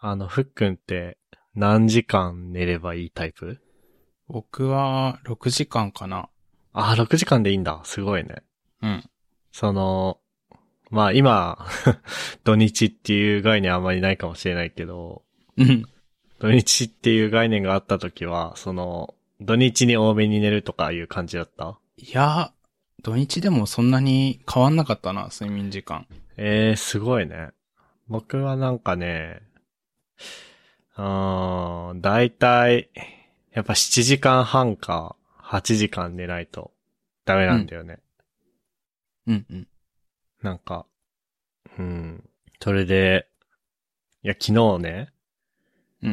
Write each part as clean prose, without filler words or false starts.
ふっくんって何時間寝ればいいタイプ？ 僕は6時間かな。 あ、6時間でいいんだ。すごいね。 うん。 その、まあ今、土日っていう概念あんまりないかもしれないけど、 うん。 土日っていう概念があった時は、土日に多めに寝るとかいう感じだった？ いや、土日でもそんなに変わんなかったな、睡眠時間。 すごいね。僕はなんかね、だいたい、やっぱ7時間半か8時間寝ないとダメうん。 なんだよね。 うんうん。 なんか、うん。それで、いや、昨日ね、 うん。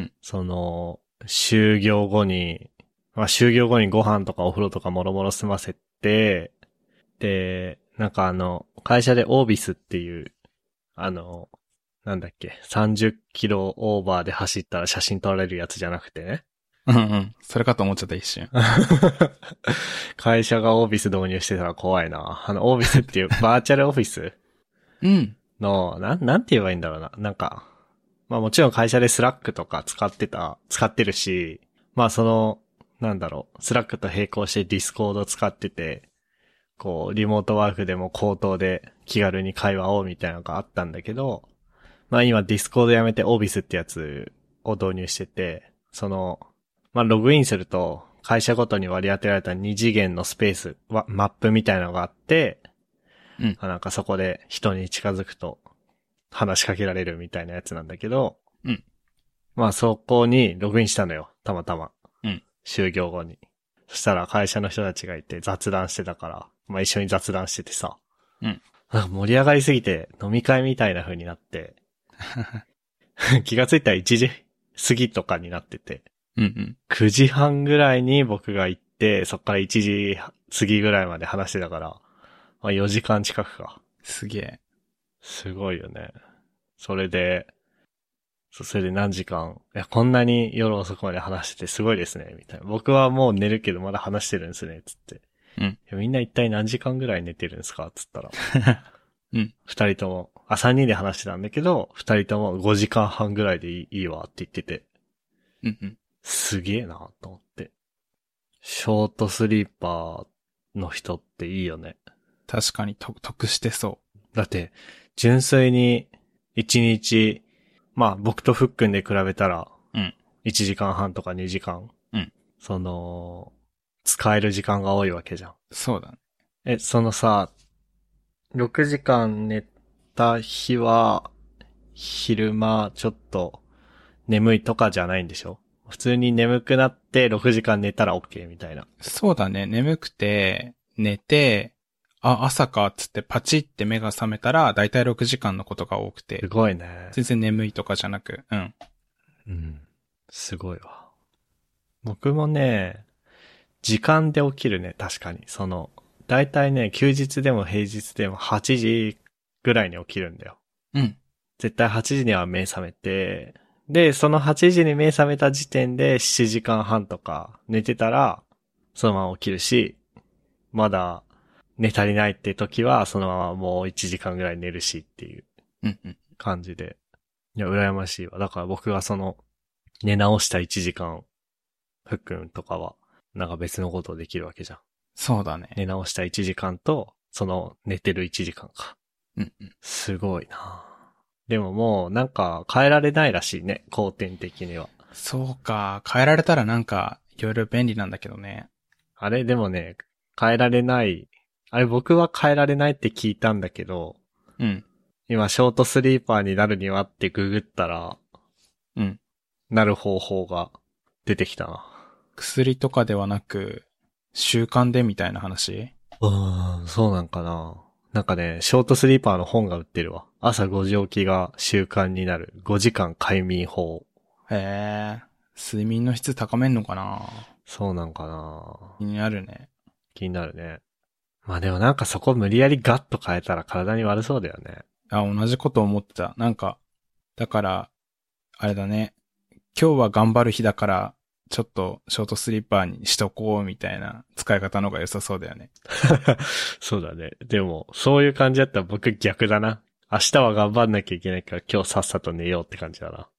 就業後にご飯とかお風呂とかもろもろ済ませて、で、なんか会社でオービスっていう、あの、なんだっけ、30キロオーバーで走ったら写真撮られるやつじゃなくてね。 うんうん。それかと思っちゃった一瞬。 会社がオービス導入してたら怖いな。オービスっていうバーチャルオフィスうん。 の、なんて言えばいいんだろうな。まあもちろん会社でスラックとか使ってるし、まあスラックと並行してディスコード使ってて、こう、リモートワークでも口頭で気軽に会話をみたいなのがあったんだけど、まあ今ディスコードやめてオービスってやつを導入してて、まあログインすると会社ごとに割り当てられた2次元のスペース、マップみたいなのがあって、 うん。 なんかそこで人に近づくと話しかけられるみたいなやつなんだけど、 うん。 まあそこにログインしたのよ。たまたま。 うん。 就業後に。そしたら会社の人たちがいて雑談してたから、まあ一緒に雑談しててさ。 うん。 なんか盛り上がりすぎて飲み会みたいな風になって、気がついたら1時過ぎとかになってて、 うんうん。 9時半ぐらいに僕が行って、そっから1時過ぎぐらいまで話してたから、まあ4時間近くか。 すげえ。 すごいよね。それで、それで何時間、いや、こんなに夜遅くまで話しててすごいですね、みたいな。僕はもう寝るけどまだ話してるんですね、つって。いうん。 やみんな一体何時間ぐらい寝てるんですかつったら。 うん。 二人とも、三人で話してたんだけど、二人とも5時間半ぐらいでいいわって言ってて、 うんうん。 すげえなと思って。ショートスリーパーの人っていいよね。 確かに得してそだって、純粋に一日、まあ僕とふっくんで比べたら、 う。うん。 1時間半とか2時間、 うん。 その、使える時間が多いわけじゃん。 そうだね。 そのさ、6時間寝た日は、昼間ちょっと眠いとかじゃないんでしょ？普通に眠くなって6時間寝たら OK みたいな。 そうだね。眠くて、寝て、あ、朝かっつってパチって目が覚めたら、だいたい6時間のことが多くて、 すごいね。 全然眠いとかじゃなく、うん。 うん。すごいわ。僕もね、時間で起きるね、確かに。だいたいね、休日でも平日でも8時ぐらいに起きるんだよ。 うん。 絶対8時には目覚めて、で、その8時に目覚めた時点で7時間半とか寝てたら、そのまま起きるし、まだ寝足りないって時は、そのままもう1時間ぐらい寝るしっていううんうん。 感じで。いや、羨ましいわ。だから僕が寝直した1時間、ふっくんとかは、なんか別のことをできるわけじゃん。 そうだね。 寝直した1時間と、寝てる1時間か。 うんうん。 すごいな。でももう、なんか変えられないらしいね、後天的には。 そうか。変えられたらなんか、いろいろ便利なんだけどね。 あれでもね、変えられない。あれ僕は変えられないって聞いたんだけど、 うん。 今ショートスリーパーになるにはってググったら、 うん。 なる方法が出てきたな。 薬とかではなく、習慣でみたいな話。 そうなんかな。なんかね、ショートスリーパーの本が売ってるわ。朝5時起きが習慣になる5時間快眠法。 へえ。睡眠の質高めんのかな？ そうなんかな。 気になるね。 気になるね。まあでもなんかそこ無理やりガッと変えたら体に悪そうだよね。 あ、同じこと思ってた。なんか、だから、あれだね。今日は頑張る日だから、ちょっとショートスリーパーにしとこうみたいな使い方の方が良さそうだよね。 そうだね。でも、そういう感じだったら僕逆だな。明日は頑張んなきゃいけないから今日さっさと寝ようって感じだな。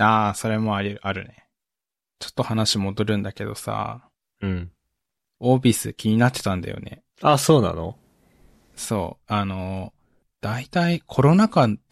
ああ、それもあるね。ちょっと話戻るんだけどさ、 うん。 オービス気になってたんだよね。 あ、そうなの？ そう、だいたいコロナ禍って、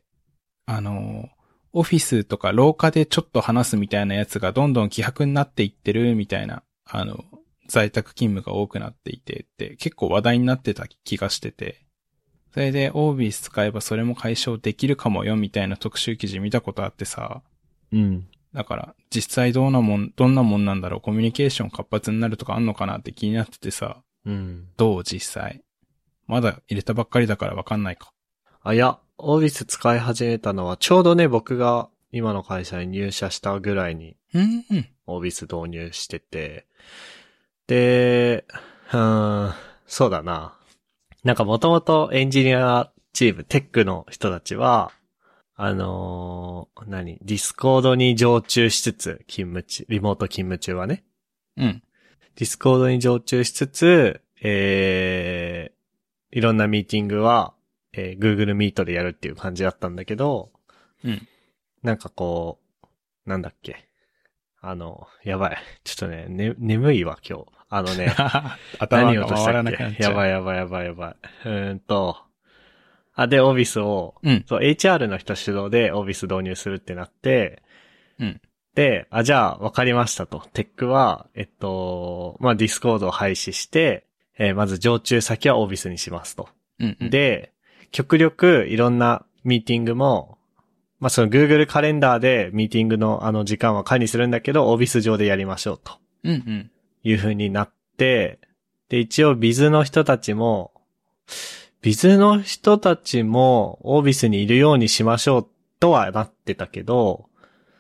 オフィスとか廊下でちょっと話すみたいなやつがどんどん希薄になっていってるみたいな、在宅勤務が多くなっていてって結構話題になってた気がしてて、それでオービス使えばそれも解消できるかもよみたいな特集記事見たことあってさ、 うん。 だから実際どんなもんなんだろう、コミュニケーション活発になるとかあんのかなって気になっててさ、 うん。 どう実際。まだ入れたばっかりだからわかんないか。 あ、いや、オービス使い始めたのは、ちょうどね、僕が今の会社に入社したぐらいに、 うんうん。 オービス導入してて、で、そうだな。なんかもともとエンジニアチーム、テックの人たちは、ディスコードに常駐しつつ、リモート勤務中はね。 うん。 ディスコードに常駐しつつ、いろんなミーティングは、Google Meet でやるっていう感じだったんだけど、 うん。 なんかこう、なんだっけ。やばい。ちょっとね、眠いわ、今日。 頭が何を落とした回らっなくなっちゃう。 け？やばいやばいやばいやばい。で、オービスを、 うん。 そう、HR の人主導でオービス導入するってなって、 うん。 で、じゃあ、わかりましたと。テックは、まあ、ディスコードを廃止して、まず常駐先はオービスにしますと。 うんうん。 で、極力いろんなミーティングも、まあ、その Google カレンダーでミーティングの時間は管理するんだけど、オービス上でやりましょうと。 うんうん。 いう風になって、で、一応ビズの人たちも、オービスにいるようにしましょうとはなってたけど、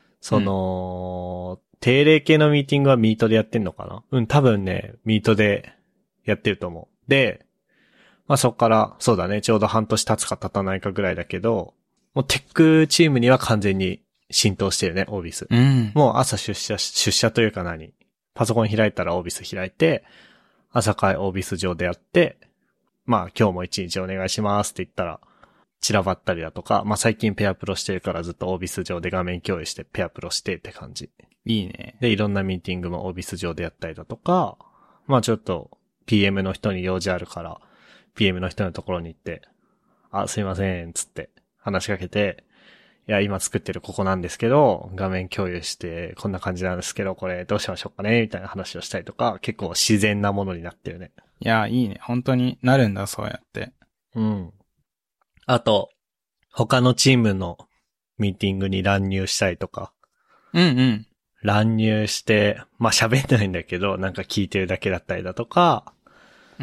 定例系のミーティングはミートでやってんのかな？うん、多分ね、ミートでやってると思う。で、まあ、そっから、そうだね、ちょうど半年経つか経たないかぐらいだけど、もうテックチームには完全に浸透してるね、オービス。 うん。 もう朝出社というかパソコン開いたらオービス開いて、朝会オービス上でやって、まあ今日も一日お願いしますって言ったら、散らばったりだとか、まあ最近ペアプロしてるからずっとオービス上で画面共有してペアプロしてって感じ。 いいね。 で、いろんなミーティングもオービス上でやったりだとか、まあちょっと PM の人に用事あるから、PM の人のところに行って、あ、すいません、つって話しかけて、いや、今作ってるここなんですけど、画面共有して、こんな感じなんですけど、これどうしましょうかねみたいな話をしたりとか、結構自然なものになってるね。 いや、いいね。本当になるんだ、そうやって。 うん。あと、他のチームのミーティングに乱入したりとか、 うんうん。 乱入して、まあ、喋んないんだけど、なんか聞いてるだけだったりだとか、 うん。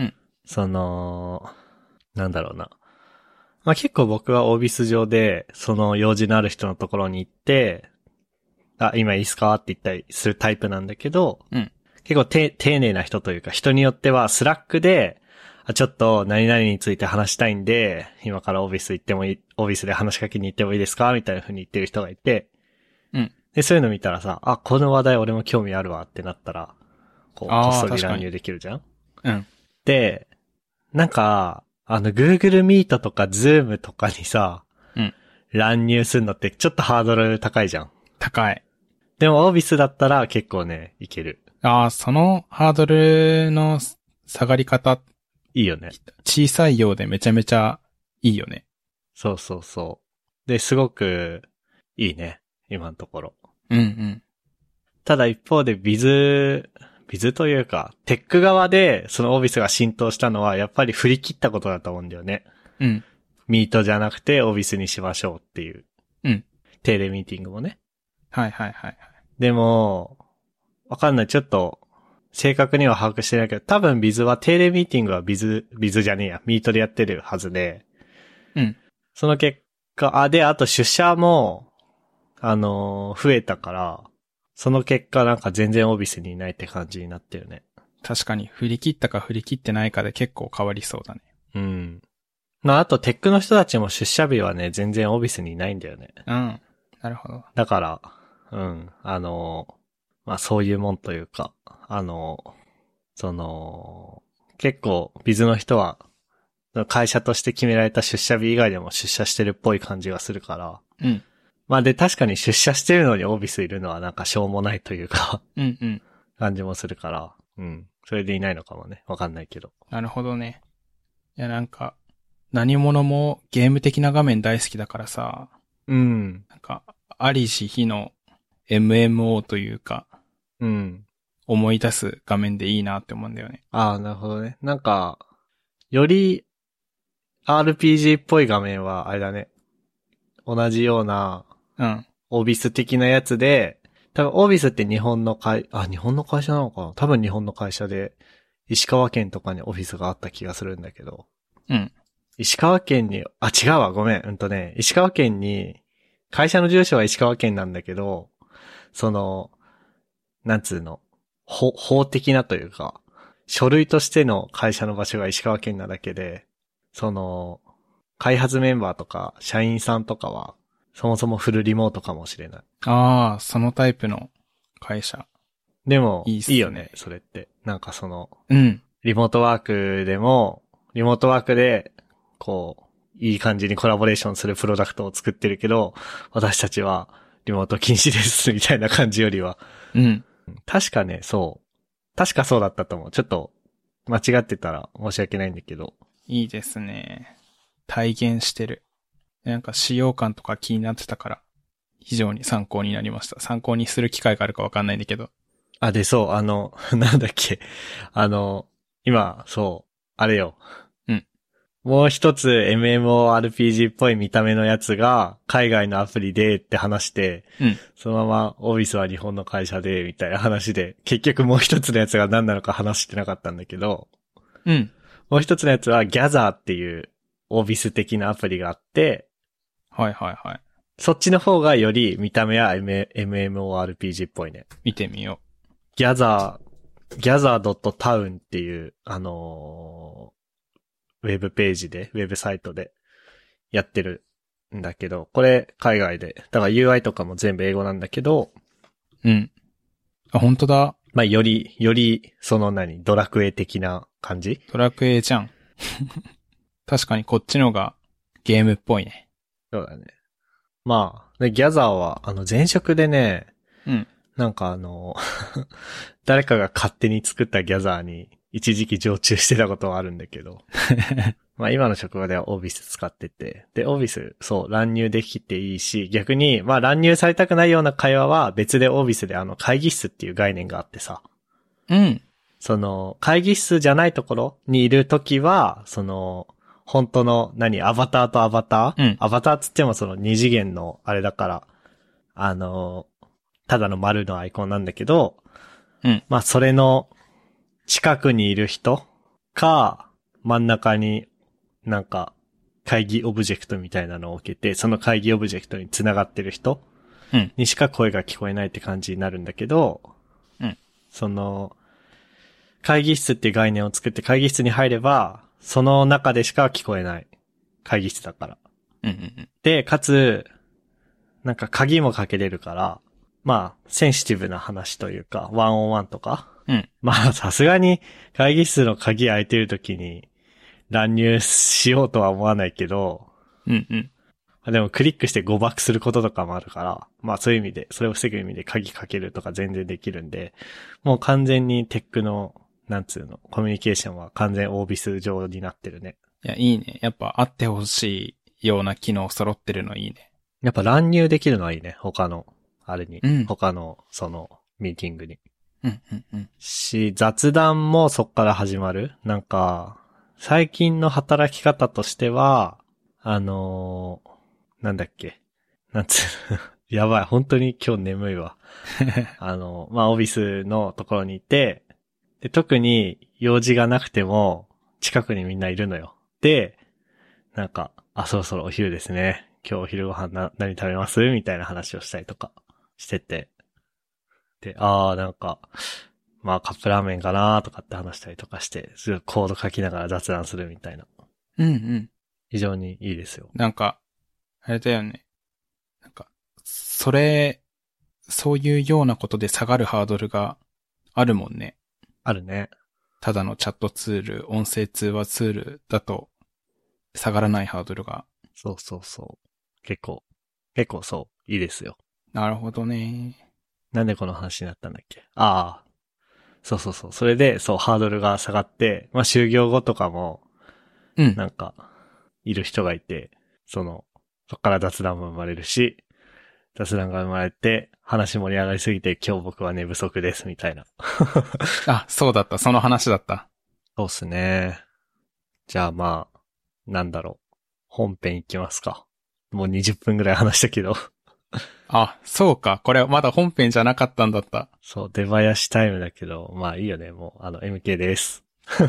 なんだろうな。まあ、結構僕はオービス上で、その用事のある人のところに行って、あ、今いいっすかって言ったりするタイプなんだけど、 うん。 結構丁寧な人というか、人によってはスラックで、ちょっと何々について話したいんで、今からオービス行ってもいい、オービスで話しかけに行ってもいいですかみたいな風に言ってる人がいて、 うん。 で、そういうの見たらさ、あ、この話題俺も興味あるわってなったら、こっああ、 そり確かに。 乱入できるじゃん。 うん。 で、なんか、Google Meet とか Zoom とかにさ、 うん。 乱入するのってちょっとハードル高いじゃん。 高い。 でもオービスだったら結構ね、いける。 ああ、そのハードルの下がり方、 いいよね。 小さいようでめちゃめちゃいいよね。 そうそうそう。で、すごくいいね。今のところ。 うんうん。 ただ一方でビズというか、テック側でそのオービスが浸透したのはやっぱり振り切ったことだと思うんだよね。 うん。 ミートじゃなくてオービスにしましょうっていう。 うん。 定例ミーティングもね。 はいはいはい。 でも、わかんない。ちょっと、正確には把握してないけど、多分ビズは定例ミーティングはビズじゃねえや。ミートでやってるはずで。 うん。 その結果、あと出社も、増えたから、その結果なんか全然オービスにいないって感じになってるね。 確かに振り切ったか振り切ってないかで結構変わりそうだね。 うん。まあ、あとテックの人たちも出社日はね、全然オービスにいないんだよね。 うん。なるほど。 だから、うん。まあ、そういうもんというか、結構、ビズの人は、会社として決められた出社日以外でも出社してるっぽい感じがするから、 うん。 まあで、確かに出社してるのにオービスいるのはなんかしょうもないというかうんうん。 感じもするから、うん。それでいないのかもね。わかんないけど。 なるほどね。いやなんか、何者もゲーム的な画面大好きだからさ、 うん。 なんか、ありし日の MMO というか、 うん。 思い出す画面でいいなって思うんだよね。 ああ、なるほどね。なんか、より RPG っぽい画面は、あれだね。同じような、 うん。 オービス的なやつで、多分オービスって日本の日本の会社なのかな、多分日本の会社で、石川県とかにオフィスがあった気がするんだけど、 うん。 石川県に、違うわ、ごめん。石川県に、会社の住所は石川県なんだけど、その、なんつうの、法的なというか、書類としての会社の場所が石川県なだけで、その、開発メンバーとか、社員さんとかは、そもそもフルリモートかもしれない。 ああ、そのタイプの会社。 でも、 いいっすねいいよね、それって。なんかうん。 リモートワークでも、リモートワークで、こう、いい感じにコラボレーションするプロダクトを作ってるけど、私たちはリモート禁止です、みたいな感じよりは。 うん。 確かね、そう。確かそうだったと思う。ちょっと、間違ってたら申し訳ないんだけど。 いいですね。体現してる。なんか使用感とか気になってたから、非常に参考になりました。参考にする機会があるかわかんないんだけど。 あ、で、そう、なんだっけ。今、そう、あれよ。 うん。 もう一つ MMORPG っぽい見た目のやつが海外のアプリでって話して、 うん。 そのままオービスは日本の会社でみたいな話で、結局もう一つのやつが何なのか話してなかったんだけど、 うん。 もう一つのやつは Gather っていうオービス的なアプリがあって、 はいはいはい。 そっちの方がより見た目は MMORPG っぽいね。 見てみよ Gather.town っていう、ウェブページで、ウェブサイトでやってるんだけど、これ海外で、だから UI とかも全部英語なんだけど、 う。うん。あ、本当だ。 まあ、より、ドラクエ的な感じ。 ドラクエじゃん。確かにこっちのがゲームっぽいね。 そうだね。まあ、で、ギャザーは、前職でね、 うん。 なんか誰かが勝手に作ったギャザーに一時期常駐してたことはあるんだけど、まあ今の職場ではオービス使ってて、で、オービス、そう、乱入できていいし、逆に、まあ乱入されたくないような会話は別でオービスで会議室っていう概念があってさ、 うん。 会議室じゃないところにいるときは、本当の、アバターとアバター、 うん。 アバターつっても二次元のあれだから、ただの丸のアイコンなんだけど、 うん。 まあそれの近くにいる人か、真ん中になんか会議オブジェクトみたいなのを置けて、その会議オブジェクトに繋がってる人うん。 にしか声が聞こえないって感じになるんだけど、 うん。 会議室っていう概念を作って会議室に入れば、その中でしか聞こえない。会議室だから。 うん。うん。 で、かつ、なんか鍵もかけれるから、まあ、センシティブな話というか、ワンオンワンとか。 うん。 まあ、さすがに会議室の鍵開いてる時に乱入しようとは思わないけど、 うん。うん。 でもクリックして誤爆することとかもあるから、まあそういう意味で、それを防ぐ意味で鍵かけるとか全然できるんで、もう完全にテックの、なんつうの、コミュニケーションは完全オービス上になってるね。 いや、いいね。やっぱあってほしいような機能揃ってるのいいね。 やっぱ乱入できるのはいいね。他の、あれに。 うん他の、ミーティングに。 うん。うん。うん。 雑談もそっから始まる。なんか、最近の働き方としては、なんだっけ。なんつう、やばい。本当に今日眠いわ。まあ、オフィスのところにいて、で、特に用事がなくても、近くにみんないるのよ。で、なんか、そろそろお昼ですね。今日お昼ご飯何食べますみたいな話をしたりとかしてて。で、なんか、まあカップラーメンかなとかって話したりとかして、すぐコード書きながら雑談するみたいな。 うん。うん。 非常にいいですよ。 なんか、あれだよね。なんか、そういうようなことで下がるハードルがあるもんね。 あるね。 ただのチャットツール、音声通話ツールだと下がらないハードルが。 そうそうそう。結構結構そう、いいですよ。 なるほどね。 なんでこの話になったんだっけ？ああ、そうそうそう。それで、そう、ハードルが下がって、まあ、就業後とかも、 うん。 なんか、いる人がいて、そっから雑談も生まれるし、雑談が生まれて、話盛り上がりすぎて、今日僕は寝不足です、みたいな。 あ、そうだった。その話だった。 そうっすね。じゃあまあ、なんだろう。本編行きますか。もう20分ぐらい話したけど。 あ、そうか。これまだ本編じゃなかったんだった。 そう、出囃子タイムだけど、まあいいよね。もう、MK です。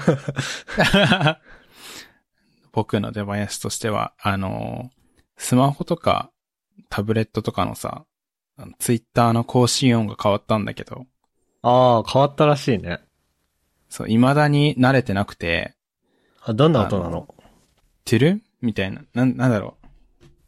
僕の出囃子としては、スマホとかタブレットとかのさ、ツイッターの更新音が変わったんだけど、 ああ、変わったらしいね。 そう、未だに慣れてなくて、 あ、どんな音なの？ トゥルンみたいな、なんだろう。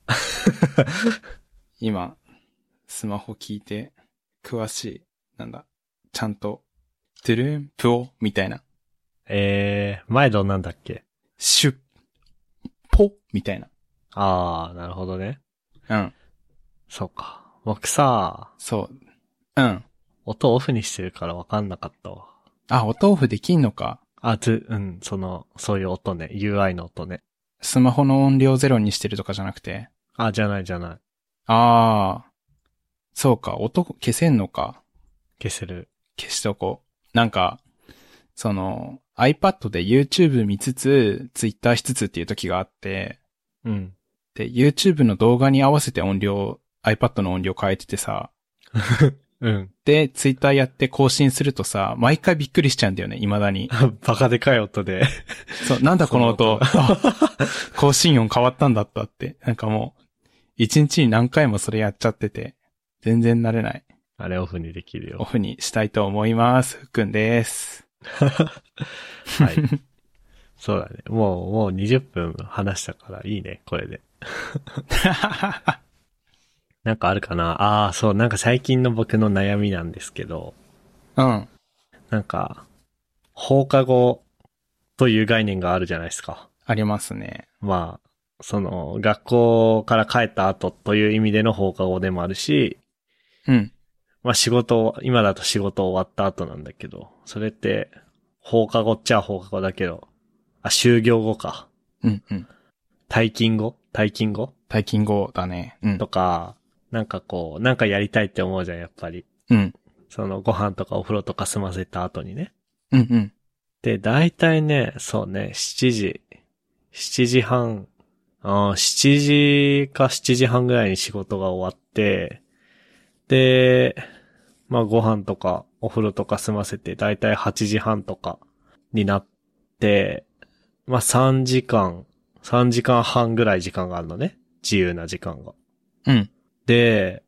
今、スマホ聞いて、詳しい、ちゃんと、トゥルンプオみたいな、 前どんなんだっけ？ シュッ、ポみたいな。 ああ、なるほどね。 うん。 そうか。僕さ、 そう。うん。 音オフにしてるからわかんなかったわ。 あ、音オフできんのか。 そういう音ね。UI の音ね。 スマホの音量ゼロにしてるとかじゃなくて。 あ、じゃないじゃない。 ああ、そうか、音消せんのか。 消せる。 消しとこう。iPad で YouTube 見つつ、Twitter しつつっていう時があって、 うん。 で、YouTube の動画に合わせてiPad の音量変えててさ、 うん。 で、Twitter やって更新するとさ、毎回びっくりしちゃうんだよね、未だに。 バカでかい音で。 そう、なんだこの音。 そのあ、更新音変わったんだったって。なんかもう、一日に何回もそれやっちゃってて、全然慣れない。 あれオフにできるよ。 オフにしたいと思います。ふっくんです。 はい。そうだね。もう20分話したからいいね、これで。なんかあるかな？ああ、そう、なんか最近の僕の悩みなんですけど、 うん。 なんか、放課後という概念があるじゃないですか。 ありますね。 まあ、学校から帰った後という意味での放課後でもあるし、 うん。 まあ今だと仕事終わった後なんだけど、それって、放課後っちゃ放課後だけど、就業後か。 うんうん。 退勤後退勤後だね。うん。 とか、なんかやりたいって思うじゃん、やっぱり。 うん。 ご飯とかお風呂とか済ませた後にね。 うんうん。 で、大体ね、そうね、7時半、7時か7時半ぐらいに仕事が終わって、で、まあご飯とかお風呂とか済ませて、大体8時半とかになって、まあ3時間半ぐらい時間があるのね。自由な時間が。 うん。 で、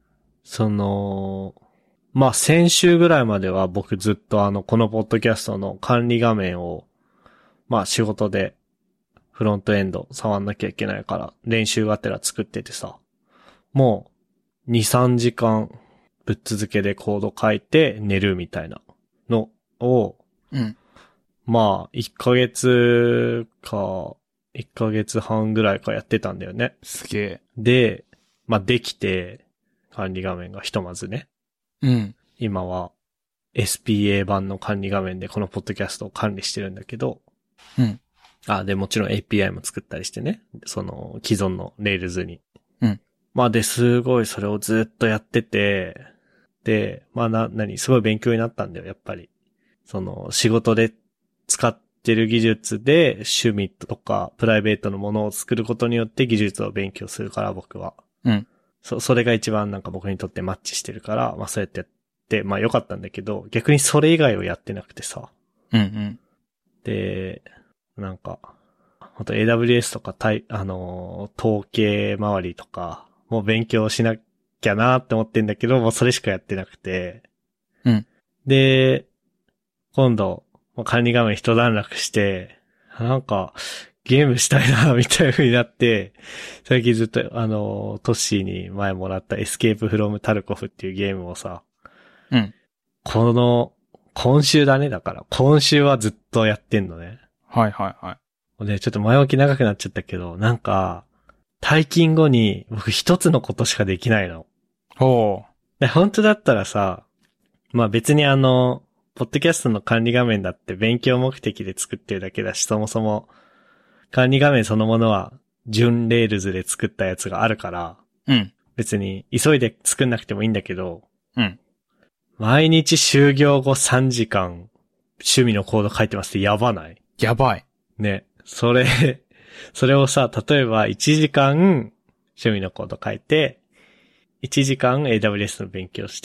まあ先週ぐらいまでは僕ずっとこのポッドキャストの管理画面を、まあ仕事でフロントエンド触んなきゃいけないから練習がてら作っててさ、もう2、3時間ぶっ続けでコード書いて寝るみたいなのを、 うん。 まあ1ヶ月か1ヶ月半ぐらいかやってたんだよね。 すげえ。 で、まあできて、管理画面がひとまずね。 うん。 今は SPA 版の管理画面でこのポッドキャストを管理してるんだけど、 うん。 で、もちろん API も作ったりしてね。既存の Rails に。 うん。 まあで、すごいそれをずっとやってて、で、まあすごい勉強になったんだよ、やっぱり。仕事で使ってる技術で趣味とかプライベートのものを作ることによって技術を勉強するから僕は。 うん。 それが一番なんか僕にとってマッチしてるから、まあそうやってやって、まあ良かったんだけど、逆にそれ以外をやってなくてさ。 うんうん。 で、なんか、ほんと AWS とか統計周りとか、もう勉強しなきゃなって思ってんだけど、もうそれしかやってなくて。 うん。 で、今度、もう管理画面一段落して、なんか、ゲームしたいな、みたいな風になって、最近ずっと、トッシーに前もらったエスケープフロムタルコフっていうゲームをさ、 うん。 今週だね、だから。今週はずっとやってんのね。 はいはいはい。 で、ちょっと前置き長くなっちゃったけど、なんか、 退勤後に僕一つのことしかできないの。 ほで、本当だったらさ、まあ別にポッドキャストの管理画面だって勉強目的で作ってるだけだし、そもそも管理画面そのものは純レールズで作ったやつがあるから、 う。うん。 別に急いで作んなくてもいいんだけど、 うん。 毎日就業後3時間趣味のコード書いてますってやばない？ やばい。 ね。それをさ、例えば1時間趣味のコード書いて、1時間 AWS の勉強して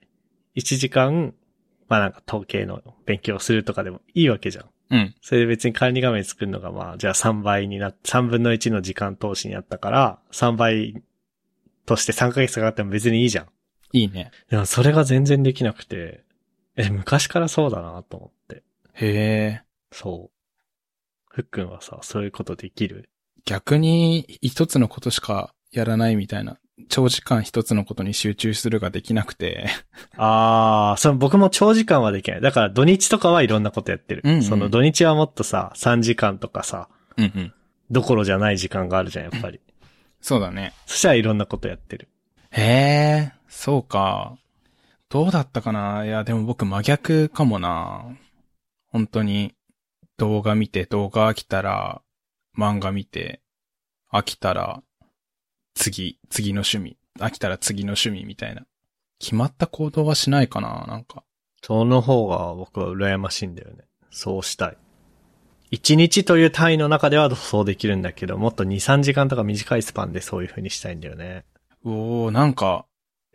、1時間、まあなんか統計の勉強するとかでもいいわけじゃん。 うん。 それで別に管理画面作るのがまあ、じゃあ3倍になって、3分の1の時間投資になったから、3倍として3ヶ月かかっても別にいいじゃん。 いいね。 でもそれが全然できなくて、昔からそうだなと思って。 へえ。 そう。ふっくんはさ、そういうことできる？ 逆に一つのことしかやらないみたいな。長時間一つのことに集中するができなくて。 僕も長時間はできない。だから土日とかはいろんなことやってる。 うんうんその土日はもっとさ、3時間とかさ、 うんうん。 どころじゃない時間があるじゃん、やっぱり。 そうだね。 そしたらいろんなことやってる。 へえ、そうか。どうだったかな。いや、でも僕真逆かもな。本当に動画見て、動画飽きたら漫画見て、飽きたら次の趣味。飽きたら次の趣味みたいな。決まった行動はしないかな、なんか。 その方が僕は羨ましいんだよね。そうしたい。1日という単位の中ではそうできるんだけど、もっと2、3時間とか短いスパンでそういう風にしたいんだよね。 なんか、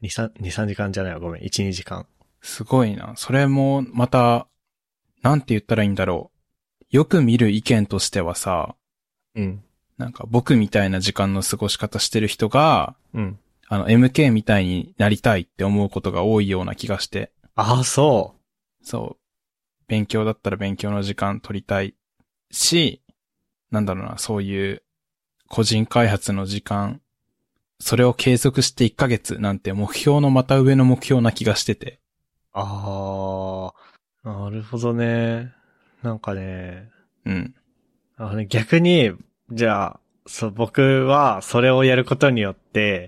2、3時間じゃないわ、ごめん。1、2時間。 すごいな。それもまた、なんて言ったらいいんだろう。よく見る意見としてはさ、 うん。 なんか僕みたいな時間の過ごし方してる人が、 うん。 MK みたいになりたいって思うことが多いような気がして。 ああ、そそう。勉強だったら勉強の時間取りたいし、なんだろうな、そういう個人開発の時間、それを継続して1ヶ月なんて目標のまた上の目標な気がしてて。 ああ、なるほどね。なんかね、 うん。 逆に、じゃあ、僕はそれをやることによって、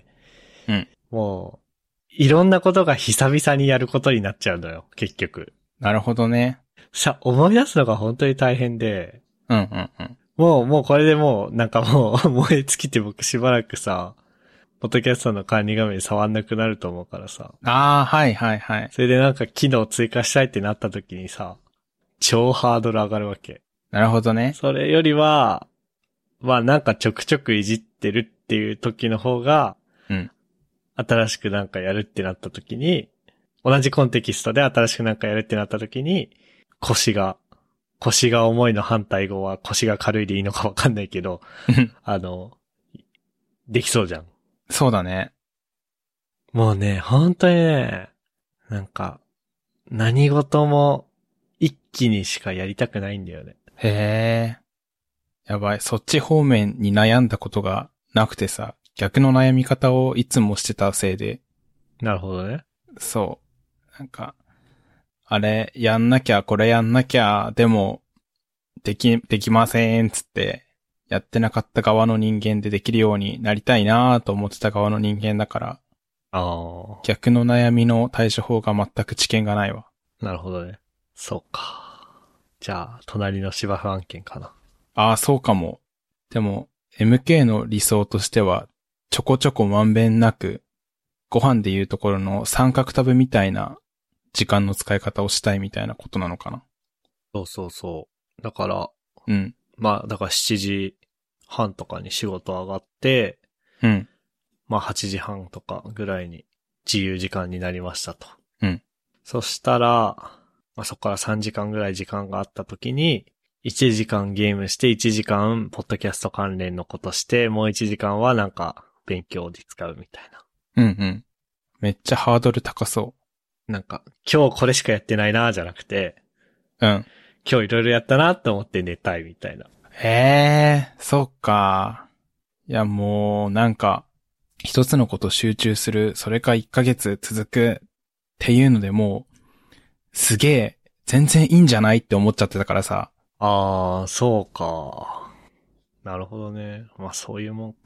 うん。 もう、いろんなことが久々にやることになっちゃうのよ、結局。 なるほどね。 思い出すのが本当に大変で、 うんうんうん。 もうこれでもう、なんかもう燃え尽きて僕しばらくさ、ポッドキャストの管理画面触んなくなると思うからさ。 ああ、はいはいはい。 それでなんか機能追加したいってなった時にさ、超ハードル上がるわけ。 なるほどね。 それよりは、まあなんかちょくちょくいじってるっていう時の方が、 うん。 新しくなんかやるってなった時に、同じコンテキストで新しくなんかやるってなった時に、腰が重いの反対語は腰が軽いでいいのかわかんないけど、できそうじゃん。 そうだね。 もうね、本当にね、なんか、何事も一気にしかやりたくないんだよね。 へえ。やばい。そっち方面に悩んだことがなくてさ、逆の悩み方をいつもしてたせいで。 なるほどね。 そう。なんか、あれ、やんなきゃ、これやんなきゃ、でも、できません、つって、やってなかった側の人間でできるようになりたいなと思ってた側の人間だから、逆の悩みの対処法が全く知見がないわ。 なるほどね。そうか。じゃあ、隣の芝生案件かな。 ああ、そうかも。でも、MK の理想としては、ちょこちょこまんべんなく、ご飯でいうところの三角食べみたいな時間の使い方をしたいみたいなことなのかな。 そうそうそう。だから、 うん。 まあ、だから7時半とかに仕事上がって、 うん。 まあ8時半とかぐらいに自由時間になりましたと。 うん。 そしたら、まあそこから3時間ぐらい時間があった時に、1時間ゲームして1時間ポッドキャスト関連のことして、もう1時間はなんか勉強で使うみたいな。 うんうん。めっちゃハードル高そなんか、今日これしかやってないなじゃなくて、 う。うん。 今日いろいろやったなと思って寝たいみたいな。 へえ、そっか。いやもう、なんか、一つのこと集中する、それか1ヶ月続くっていうのでもう、すげえ、全然いいんじゃないって思っちゃってたからさ。 あー、そうか。なるほどね。まあそういうもんか。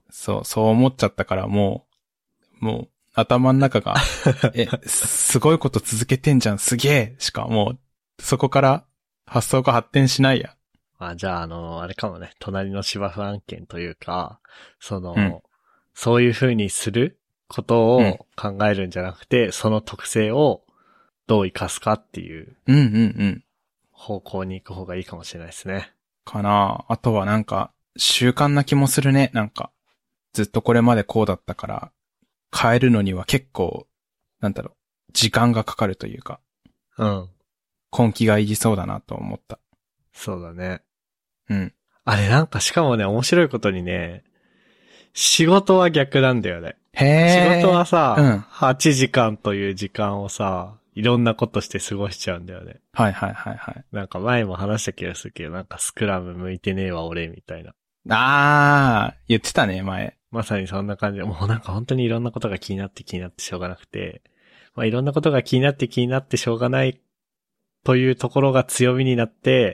そう思っちゃったからもう、頭の中が、すごいこと続けてんじゃん、すげえしか、もう、そこから発想が発展しないや。 じゃああれかもね、隣の芝生案件というか、 うんそういう風にすることうんを考えるんじゃなくて、その特性をどう活かすかっていううん。 方向に行く方がいいかもしれないですね。 かなあとはなんか、習慣な気もするね。なんか、ずっとこれまでこうだったから、変えるのには結構、なんだろう、時間がかかるというか、 うん。 根気がいりそうだなと思った。 そうだね。 うん。 あれなんかしかもね、面白いことにね、仕事は逆なんだよね。 へー。 仕事はさ、 うん。 8時間という時間をさ、いろんなことして過ごしちゃうんだよね。 はい。 なんか前も話した気がするけど、なんかスクラム向いてねえわ俺みたいな。 言ってたね、前。 まさにそんな感じで、もうなんか本当にいろんなことが気になってしょうがなくて、まあいろんなことが気になってしょうがないというところが強みになって、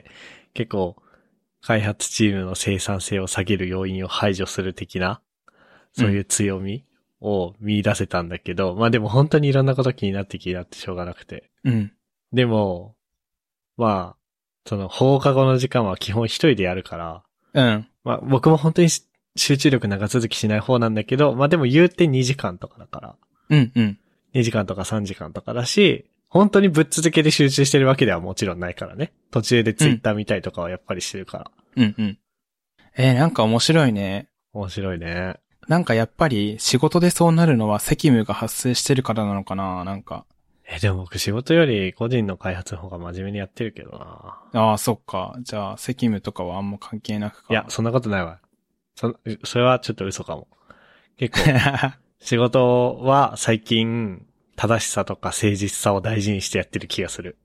結構開発チームの生産性を下げる要因を排除する的な、そういう強みを見出せたんだけど、まあでも本当にいろんなこと気になってしょうがなくて。 うん。 でも、まあ、その放課後の時間は基本一人でやるから、 うん。 まあ僕も本当に集中力長続きしない方なんだけど、まあでも言うて2時間とかだから。 うん。 2時間とか3時間とかだし、本当にぶっ続けで集中してるわけではもちろんないからね。途中でツイッター見たりとかはやっぱりしてるから。 うん。なんか面白いね。 面白いね。 なんかやっぱり仕事でそうなるのは責務が発生してるからなのかな、なんか。 でも僕仕事より個人の開発の方が真面目にやってるけどな。 ああ、そっか。じゃあ責務とかはあんま関係なくか。 いや、そんなことないわ。それはちょっと嘘かも。結構、仕事は最近、正しさとか誠実さを大事にしてやってる気がする。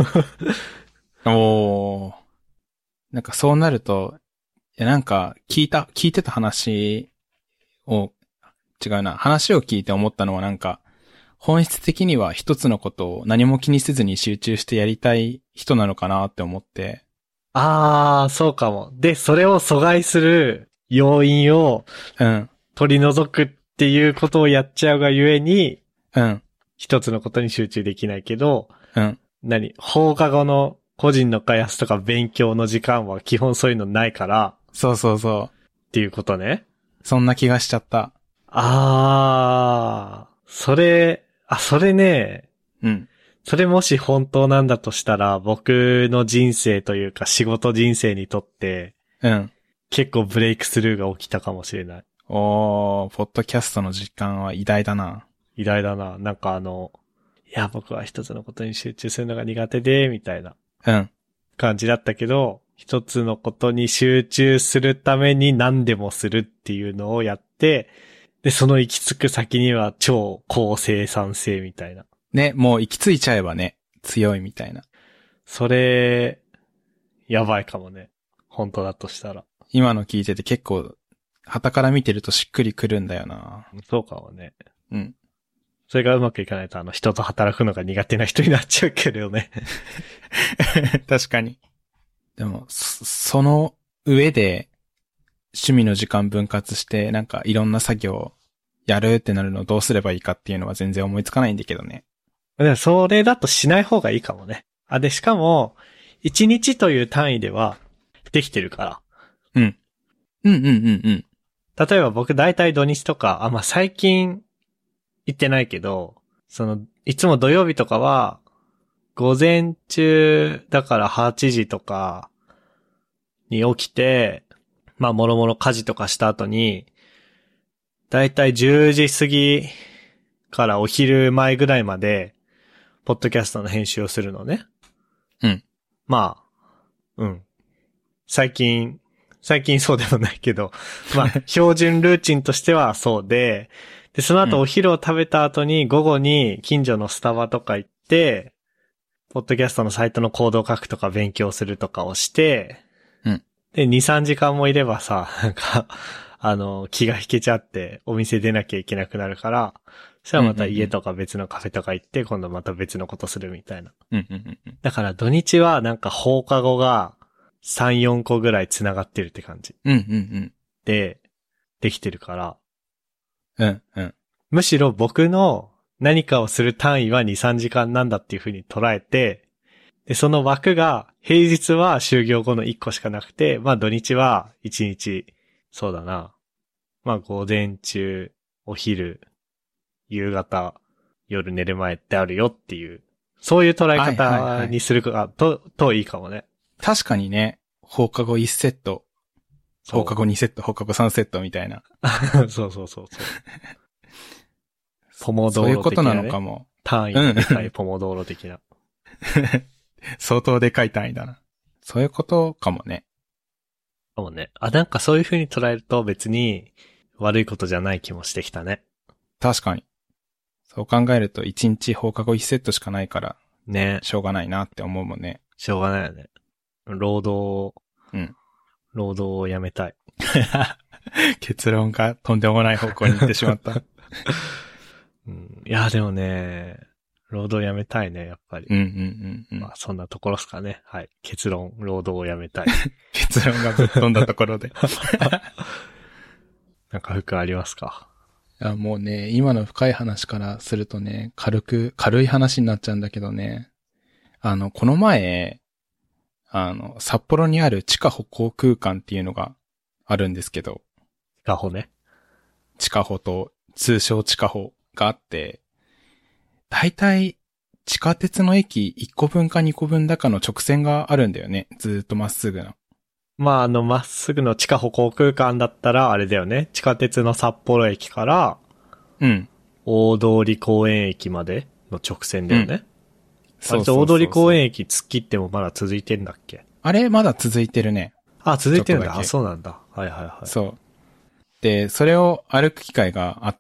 おー。なんかそうなると、なんか聞いてた話を、違うな、話を聞いて思ったのはなんか、本質的には一つのことを何も気にせずに集中してやりたい人なのかなって思って。 そうかも。で、それを阻害する要因をうん。 取り除くっていうことをやっちゃうがゆえに、 うん。 一つのことに集中できないけど、 うん。 放課後の個人の開発とか勉強の時間は基本そういうのないから、 そう。 っていうことね。 そんな気がしちゃった。 それね、 うん。 それもし本当なんだとしたら、僕の人生というか仕事人生にとって、 うん。 結構ブレイクスルーが起きたかもしれない。 ポッドキャストの時間は偉大だな。 偉大だな。なんかいや、僕は一つのことに集中するのが苦手で、みたいなうん。 感じだったけど、一つのことに集中するために何でもするっていうのをやって、で、その行き着く先には超高生産性みたいな。 ね、もう行き着いちゃえばね、強いみたいな。 それ、やばいかもね。本当だとしたら。 今の聞いてて結構、傍から見てるとしっくりくるんだよな。 そうかもね。 うん。 それがうまくいかないと人と働くのが苦手な人になっちゃうけどね。 確かに。でも、その上で、趣味の時間分割して、なんかいろんな作業やるってなるのをどうすればいいかっていうのは全然思いつかないんだけどね。 でもそれだとしない方がいいかもね。で、しかも、1日という単位ではできてるから。 うん。うん。 例えば僕大体土日とか、まあ、最近行ってないけど、いつも土曜日とかは、午前中、だから8時とかに起きて、まあ、もろもろ家事とかした後に、だいたい10時過ぎからお昼前ぐらいまで、ポッドキャストの編集をするのね。 うん。 まあ、うん。最近そうでもないけど、まあ、標準ルーチンとしてはそうで、で、その後お昼を食べた後に午後に近所のスタバとか行って、ポッドキャストのサイトのコードを書くとか勉強するとかをして、 うん。 で、2、3時間もいればさ、なんか、気が引けちゃってお店出なきゃいけなくなるから、そしたらまた家とか別のカフェとか行って、今度また別のことするみたいな。 うん。 だから土日はなんか放課後が3、4個ぐらい繋がってるって感じ。 うん。 で、 できてるから、 うんうん。 むしろ僕の何かをする単位は2、3時間なんだっていう風に捉えて、で、その枠が平日は就業後の1個しかなくて、まあ土日は1日、そうだな。まあ午前中、お昼、夕方、夜寝る前ってあるよっていう、そういう捉えはいはいはい。 方にするかといいかもね。 確かにね、放課後1セット、放課そ後2セット、放課後3セットみたいな。 う。そう。ポモそうドーロいうことな的なね。 のかも。 単位うん。 のでかいポモドーロ的な。 相当でかい単位だな。そういうことかもね。 そうね。あ、なんかそういう風に捉えると別に悪いことじゃない気もしてきたね。 確かに。そう考えると1日放課後1セットしかないから、 ね。 しょうがないなって思うもんね。 しょうがないよね。 うん。 労働をやめたい。 結論がとんでもない方向に行ってしまった。 うん、いや、でもね、労働をやめたいね、やっぱり。 うんうんうんうん。 まあ、そんなところですかね。はい。結論、労働をやめたい。 結論がぶっ飛んだところで。 なんか服ありますか？ いや、もうね、今の深い話からするとね、軽い話になっちゃうんだけどね。この前、札幌にある地下歩行空間っていうのがあるんですけど、 ガホね。 地下歩と通称地下歩があって、だいたい地下鉄の駅1個分か2個分だかの直線があるんだよね。ずーっとまっすぐの。 まあ、まっすぐの地下歩行空間だったら、あれだよね。地下鉄の札幌駅から、 うん。 大通公園駅までの直線だよね。あれと大そうそうそうそう。 通公園駅突っ切ってもまだ続いてんだっけ？ あれまだ続いてるね。 あ、続いてるんだ。あ、 ちょっとだけ。 そうなんだ。はいはいはい。 そう。で、それを歩く機会があって、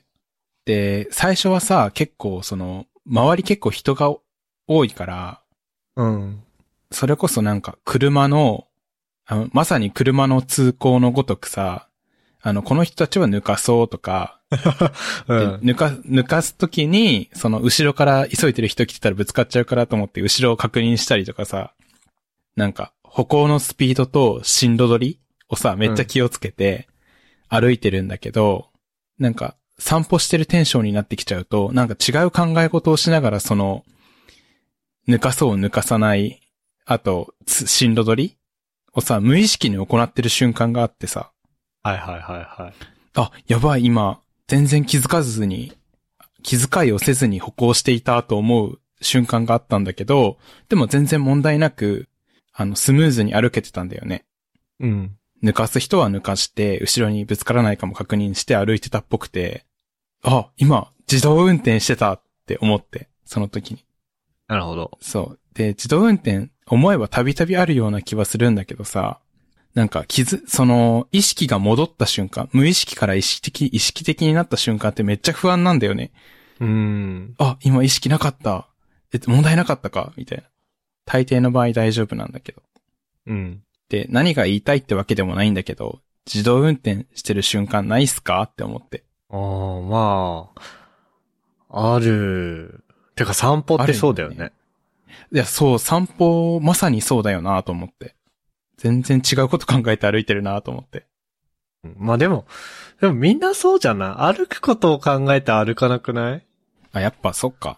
で、最初はさ、結構周り結構人が多いから、 うん。 それこそなんか車の、まさに車の通行のごとくさ、この人たちは抜かそうとか、で、 うん。 抜かすときに、後ろから急いでる人来てたらぶつかっちゃうからと思って後ろを確認したりとかさ、なんか、歩行のスピードと進路取りをさ、めっちゃ気をつけて歩いてるんだけど、なんか、散歩してるテンションになってきちゃうと、なんか違う考え事をしながら抜かそう抜かさない、あと、進路取りをさ、無意識に行ってる瞬間があってさ、 はいはいはいはい。 あ、やばい、今、全然気遣いをせずに歩行していたと思う瞬間があったんだけど、でも全然問題なく、スムーズに歩けてたんだよね。 うん。 抜かす人は抜かして、後ろにぶつからないかも確認して歩いてたっぽくて、あ、今、自動運転してたって思って、その時に。 なるほど。 そう。で、自動運転、思えばたびたびあるような気はするんだけどさ、なんか意識が戻った瞬間、無意識から意識的になった瞬間ってめっちゃ不安なんだよね。あ、今意識なかった。問題なかったかみたいな。大抵の場合大丈夫なんだけど。 うん。 で、何が言いたいってわけでもないんだけど、自動運転してる瞬間ないっすかって思って。 ああ、まあ、ある。てか散歩ってそうだよね。 いや、そう、散歩、まさにそうだよなと思って。全然違うこと考えて歩いてるなと思って。 まあでもみんなそうじゃない？歩くことを考えて歩かなくない？ あ、やっぱそっか。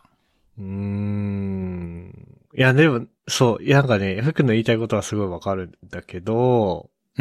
いやでも、そう、いやなんかね、福の言いたいことはすごいわかるんだけど、 うん。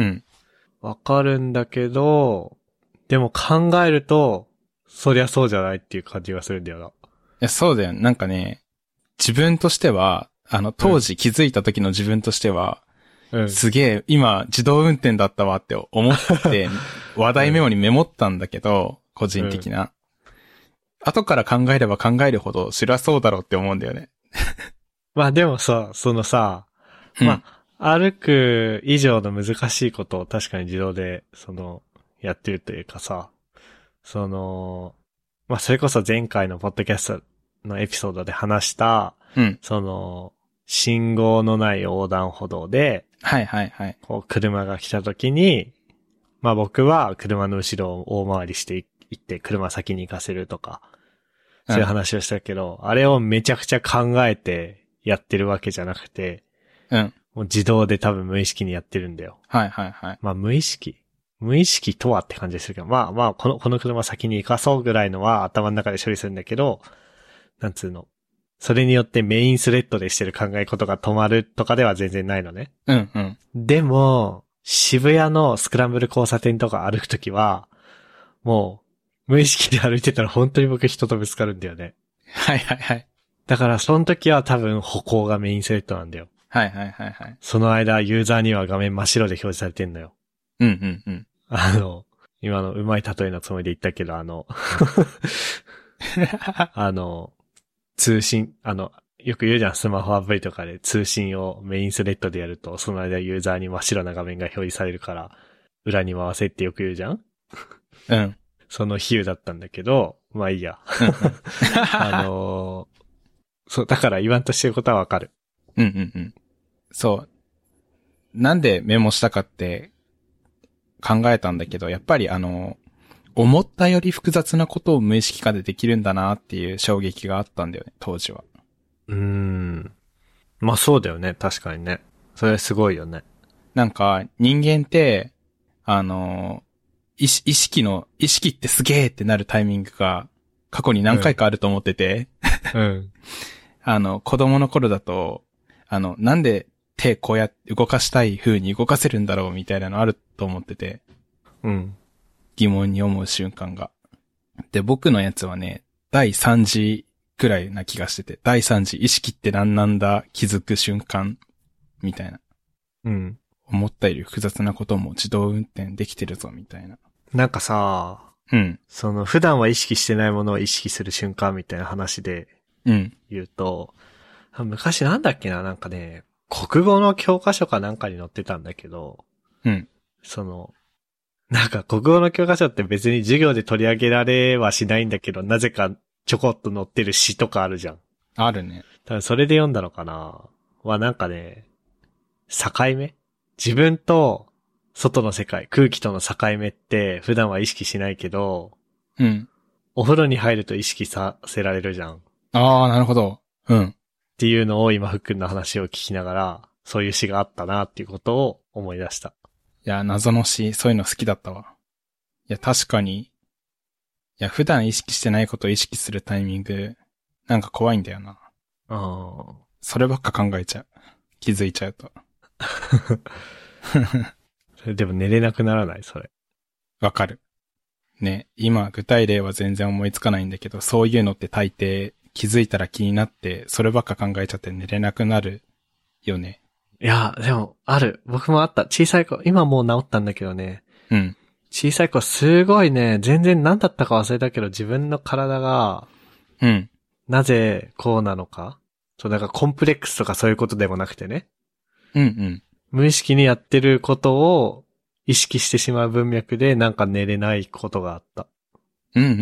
でも考えると、そりゃそうじゃないっていう感じがするんだよな。 いや、そうだよ。なんかね、自分としては、当時気づいた時の自分としては、 うん。 すげえ、今、自動運転だったわって思って、話題メモにメモったんだけど、個人的な。後から考えれば考えるほど、知らそうだろうって思うんだよね。 まあでもさ、 うん、 まあ、歩く以上の難しいことを確かに自動で、やってるというかさ、まあそれこそ前回のポッドキャストのエピソードで話した、 うん。 信号のない横断歩道で、 はいはいはい。 こう車が来た時に、まあ僕は車の後ろを大回りしていって車先に行かせるとか、そういう話をしたけど、あれをめちゃくちゃ考えてやってるわけじゃなくて、 うん。 もう自動で多分無意識にやってるんだよ。 はいはいはい。 まあ無意識。 無意識とはって感じでするけど、まあ、この車先に行かそうぐらいのは頭の中で処理するんだけど、なんつうの。それによってメインスレッドでしてる考え事が止まるとかでは全然ないのね。 うんうん。 でも、渋谷のスクランブル交差点とか歩くときは、もう、無意識で歩いてたら本当に僕人とぶつかるんだよね。 はいはいはい。 だからその時は多分歩行がメインスレッドなんだよ。 はいはいはいはい。 その間ユーザーには画面真っ白で表示されてんのよ。 うんうんうん。 今のうまい例えのつもりで言ったけど通信、よく言うじゃん、スマホアプリとかで通信をメインスレッドでやると、その間ユーザーに真っ白な画面が表示されるから、裏に回せってよく言うじゃん？ うん。 その比喩だったんだけど、まあいいや。そう、だから言わんとしてることはわかる。 うんうんうん。そう。なんでメモしたかって考えたんだけど、やっぱり思ったより複雑なことを無意識化でできるんだなっていう衝撃があったんだよね、当時は。 まあそうだよね、確かにね。それすごいよね。 なんか、人間って、意識ってすげーってなるタイミングが過去に何回かあると思ってて、 うん。 子供の頃だと、なんで手こうやって動かしたい風に動かせるんだろうみたいなのあると思ってて、 うん。 疑問に思う瞬間が。で、僕のやつはね、第3次くらいな気がしてて、第3次意識って何なんだ気づく瞬間みたいな。 うん。 思ったより複雑なことも自動運転できてるぞみたいな。 なんかさ、 うん。 普段は意識してないものを意識する瞬間みたいな話で言うと、昔なんだっけな、なんかね、国語の教科書かなんかに載ってたんだけど、 うん。 なんか国語の教科書って別に授業で取り上げられはしないんだけど、なぜかちょこっと載ってる詩とかあるじゃん。 あるね。 多分それで読んだのかななんかね、境目？自分と外の世界、空気との境目って普段は意識しないけど、 うん。 お風呂に入ると意識させられるじゃん。 ああ、なるほど。うん。 っていうのを今ふっくんの話を聞きながら、そういう詩があったなっていうことを思い出した。 いや、謎の詩、そういうの好きだったわ。いや、確かに、いや、普段意識してないことを意識するタイミング、なんか怖いんだよな。そればっか考えちゃう。気づいちゃうと。 それでも寝れなくならないそれ。 わかる。ね、今具体例は全然思いつかないんだけど、そういうのって大抵気づいたら気になって、そればっか考えちゃって寝れなくなるよね。 いや、でも、ある。僕もあった。小さい子、今もう治ったんだけどね。 うん。 小さい子すごいね、全然何だったか忘れたけど、自分の体が、 うん。 なぜこうなのか？そう、だからコンプレックスとかそういうことでもなくてね。 うんうん。 無意識にやってることを意識してしまう文脈でなんか寝れないことがあった。 うんうんうんうん。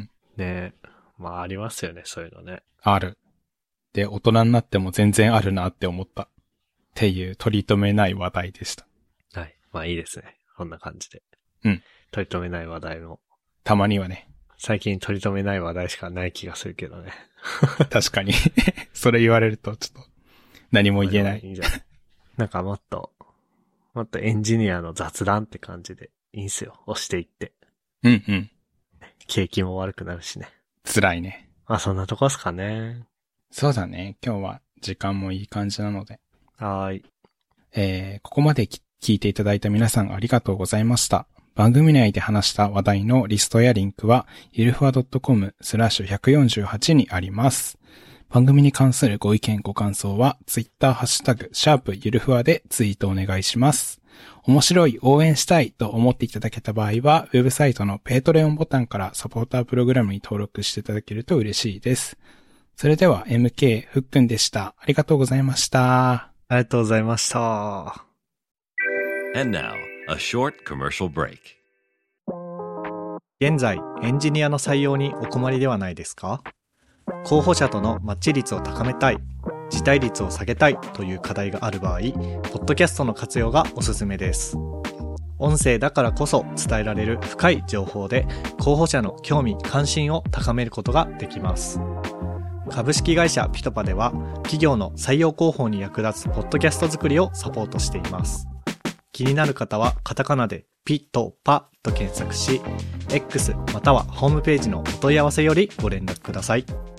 ねえ。まあありますよね、そういうのね。 ある。で、大人になっても全然あるなって思った。っていう取り留めない話題でした。 はい。まあいいですね。こんな感じで。 うん。 取り留めない話題も。 たまにはね。 最近取り留めない話題しかない気がするけどね。 確かに。それ言われるとちょっと何も言えない。 いいんじゃない？なんかもっとエンジニアの雑談って感じでいいんすよ。押していって。 うんうん。 景気も悪くなるしね。 辛いね。 まあそんなとこっすかね。 そうだね。今日は時間もいい感じなので。 はーい。 ここまで聞いていただいた皆さんありがとうございました。番組内で話した話題のリストやリンクは、ゆるふわ .com/148 にあります。番組に関するご意見ご感想は、ツイッターハッシュタグ、#ゆるふわでツイートお願いします。面白い、応援したいと思っていただけた場合は、ウェブサイトのペイトレオンボタンからサポータープログラムに登録していただけると嬉しいです。それでは MK ふっくんでした。ありがとうございました。 ありがとうございました。 And now, a short commercial break. 現在、エンジニアの採用にお困りではないですか？候補者とのマッチ率を高めたい、辞退率を下げたいという課題がある場合、ポッドキャストの活用がおすすめです。音声だからこそ伝えられる深い情報で、候補者の興味・関心を高めることができます。株式会社ピトパでは、企業の採用広報に役立つポッドキャスト作りをサポートしています。気になる方はカタカナでピトパと検索し、X またはホームページのお問い合わせよりご連絡ください。